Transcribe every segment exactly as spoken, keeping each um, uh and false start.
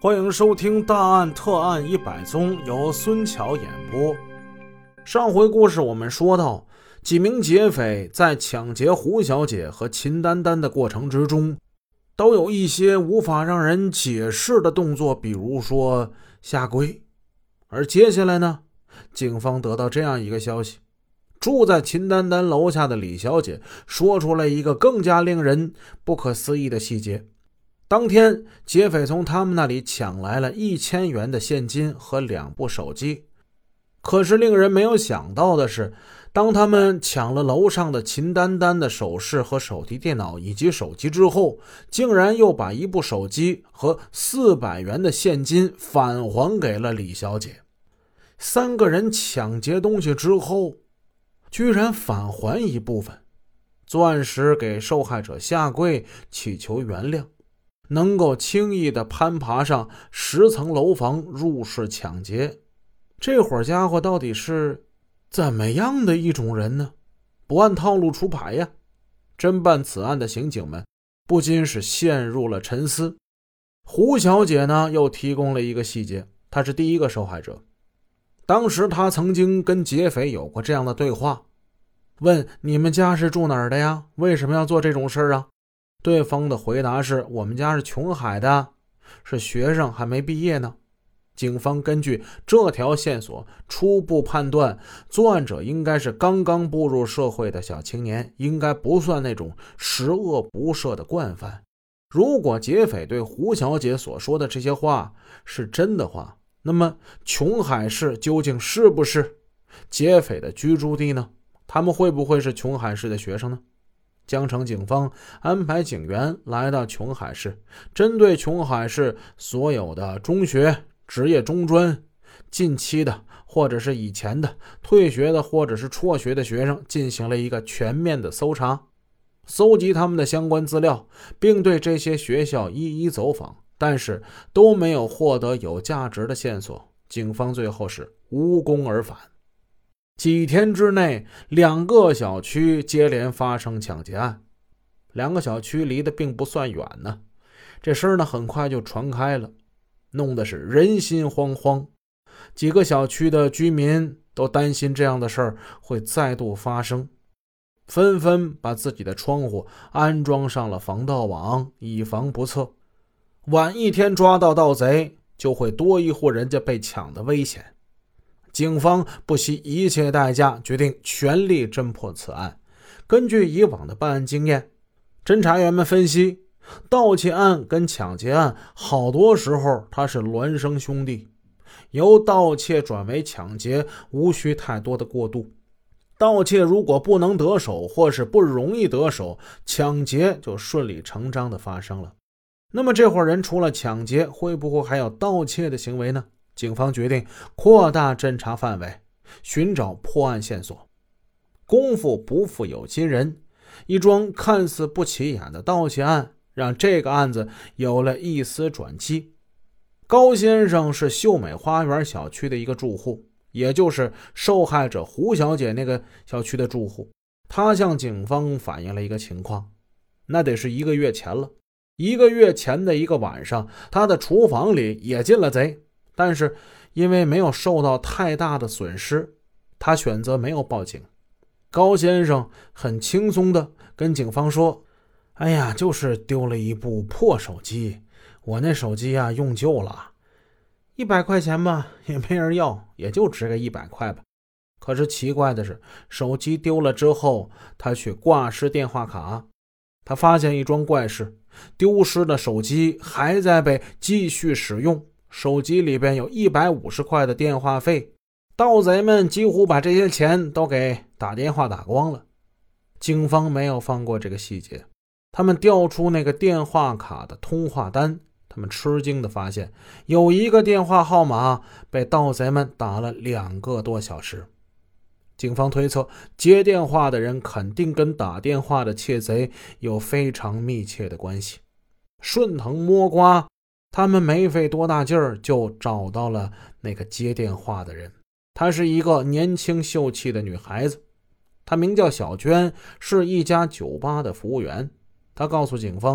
欢迎收听大案特案一百宗，由孙桥演播。上回故事我们说到，几名劫匪在抢劫胡小姐和秦丹丹的过程之中，都有一些无法让人解释的动作，比如说下跪。而接下来呢，警方得到这样一个消息，住在秦丹丹楼下的李小姐说出了一个更加令人不可思议的细节。当天劫匪从他们那里抢来了一千元的现金和两部手机，可是令人没有想到的是，当他们抢了楼上的秦丹丹的首饰和手提电脑以及手机之后，竟然又把一部手机和四百元的现金返还给了李小姐。三个人抢劫东西之后，居然返还一部分，钻石给受害者下跪祈求原谅，能够轻易地攀爬上十层楼房入室抢劫。这伙家伙到底是怎么样的一种人呢？不按套路出牌呀！侦办此案的刑警们不禁是陷入了沉思。胡小姐呢，又提供了一个细节，她是第一个受害者。当时她曾经跟劫匪有过这样的对话，问你们家是住哪儿的呀？为什么要做这种事啊？对方的回答是，我们家是琼海的，是学生，还没毕业呢。警方根据这条线索初步判断，作案者应该是刚刚步入社会的小青年，应该不算那种十恶不赦的惯犯。如果劫匪对胡小姐所说的这些话是真的话，那么琼海市究竟是不是劫匪的居住地呢？他们会不会是琼海市的学生呢？江城警方安排警员来到琼海市，针对琼海市所有的中学、职业中专、近期的或者是以前的退学的或者是辍学的学生进行了一个全面的搜查，搜集他们的相关资料，并对这些学校一一走访，但是都没有获得有价值的线索，警方最后是无功而返。几天之内，两个小区接连发生抢劫案，两个小区离得并不算远呢。这事儿呢，很快就传开了，弄得是人心惶惶。几个小区的居民都担心这样的事儿会再度发生，纷纷把自己的窗户安装上了防盗网，以防不测。晚一天抓到盗贼，就会多一户人家被抢的危险。警方不惜一切代价，决定全力侦破此案。根据以往的办案经验，侦查员们分析，盗窃案跟抢劫案好多时候它是孪生兄弟，由盗窃转为抢劫无需太多的过渡。盗窃如果不能得手或是不容易得手，抢劫就顺理成章的发生了。那么这伙人除了抢劫，会不会还有盗窃的行为呢？警方决定扩大侦查范围，寻找破案线索。功夫不负有心人，一桩看似不起眼的盗窃案让这个案子有了一丝转机。高先生是秀美花园小区的一个住户，也就是受害者胡小姐那个小区的住户。他向警方反映了一个情况，那得是一个月前了。一个月前的一个晚上，他的厨房里也进了贼，但是因为没有受到太大的损失，他选择没有报警。高先生很轻松地跟警方说，哎呀，就是丢了一部破手机，我那手机啊用旧了，一百块钱吧，也没人要，也就值个一百块吧。可是奇怪的是，手机丢了之后，他去挂失电话卡，他发现一桩怪事，丢失的手机还在被继续使用，手机里边有一百五十块的电话费，盗贼们几乎把这些钱都给打电话打光了。警方没有放过这个细节，他们调出那个电话卡的通话单，他们吃惊地发现，有一个电话号码被盗贼们打了两个多小时。警方推测，接电话的人肯定跟打电话的窃贼有非常密切的关系。顺藤摸瓜，他们没费多大劲儿就找到了那个接电话的人。她是一个年轻秀气的女孩子，她名叫小娟，是一家酒吧的服务员。她告诉警方，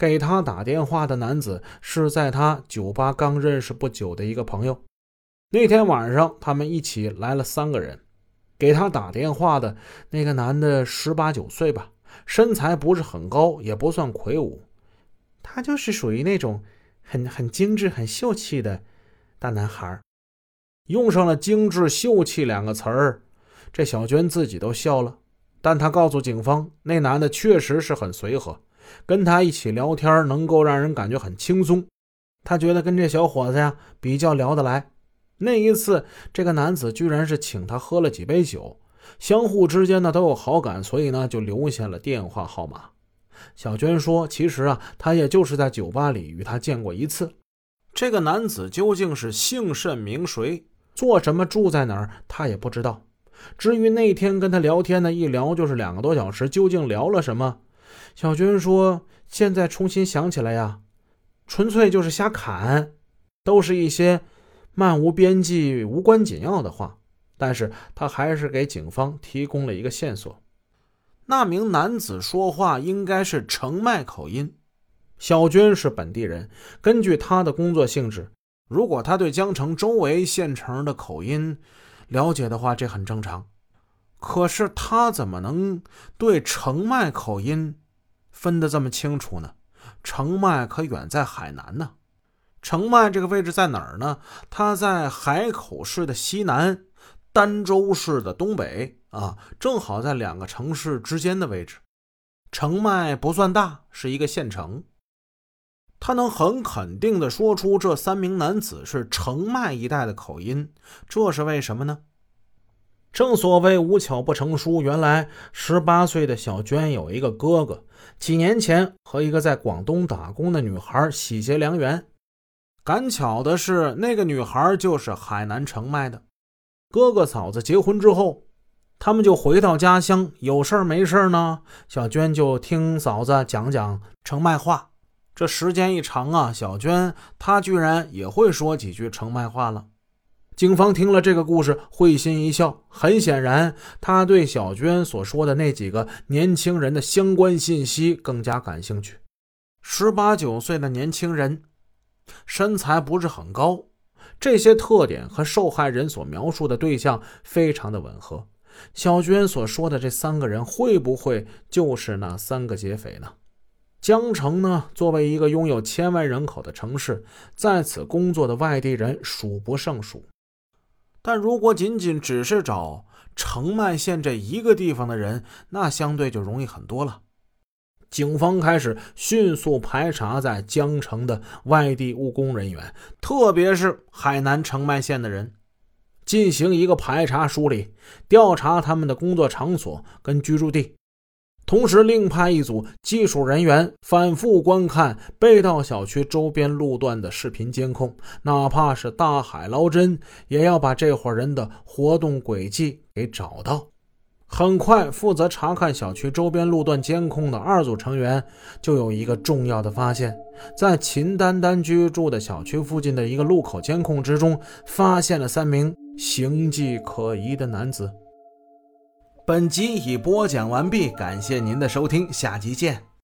给他打电话的男子是在他酒吧刚认识不久的一个朋友。那天晚上他们一起来了三个人。给他打电话的那个男的十八九岁吧，身材不是很高，也不算魁梧，他就是属于那种很很精致很秀气的大男孩。用上了精致秀气两个词儿，这小娟自己都笑了。但她告诉警方，那男的确实是很随和，跟他一起聊天能够让人感觉很轻松。她觉得跟这小伙子呀比较聊得来。那一次这个男子居然是请她喝了几杯酒，相互之间呢都有好感，所以呢就留下了电话号码。小娟说其实啊她也就是在酒吧里与他见过一次。这个男子究竟是姓甚名谁，做什么，住在哪儿，他也不知道。至于那天跟他聊天呢，一聊就是两个多小时，究竟聊了什么，小娟说现在重新想起来呀，纯粹就是瞎侃，都是一些漫无边际无关紧要的话。但是他还是给警方提供了一个线索，那名男子说话应该是澄迈口音。小娟是本地人，根据他的工作性质，如果他对江城周围县城的口音了解的话，这很正常。可是他怎么能对澄迈口音分得这么清楚呢？澄迈可远在海南呢。澄迈这个位置在哪儿呢？它在海口市的西南，儋州市的东北啊，正好在两个城市之间的位置。澄迈不算大，是一个县城。他能很肯定地说出这三名男子是澄迈一带的口音，这是为什么呢？正所谓无巧不成书，原来十八岁的小娟有一个哥哥，几年前和一个在广东打工的女孩喜结良缘。赶巧的是，那个女孩就是海南澄迈的。哥哥嫂子结婚之后，他们就回到家乡，有事没事呢，小娟就听嫂子讲讲澄迈话。这时间一长啊，小娟她居然也会说几句澄迈话了。警方听了这个故事，会心一笑。很显然，他对小娟所说的那几个年轻人的相关信息更加感兴趣。十八九岁的年轻人，身材不是很高，这些特点和受害人所描述的对象非常的吻合。小娟所说的这三个人，会不会就是那三个劫匪呢？江城呢，作为一个拥有千万人口的城市，在此工作的外地人数不胜数。但如果仅仅只是找澄迈县这一个地方的人，那相对就容易很多了。警方开始迅速排查在江城的外地务工人员，特别是海南澄迈县的人，进行一个排查梳理，调查他们的工作场所跟居住地。同时另派一组技术人员反复观看被盗小区周边路段的视频监控，哪怕是大海捞针，也要把这伙人的活动轨迹给找到。很快，负责查看小区周边路段监控的二组成员就有一个重要的发现，在秦丹丹居住的小区附近的一个路口监控之中，发现了三名形迹可疑的男子。本集已播讲完毕，感谢您的收听，下集见。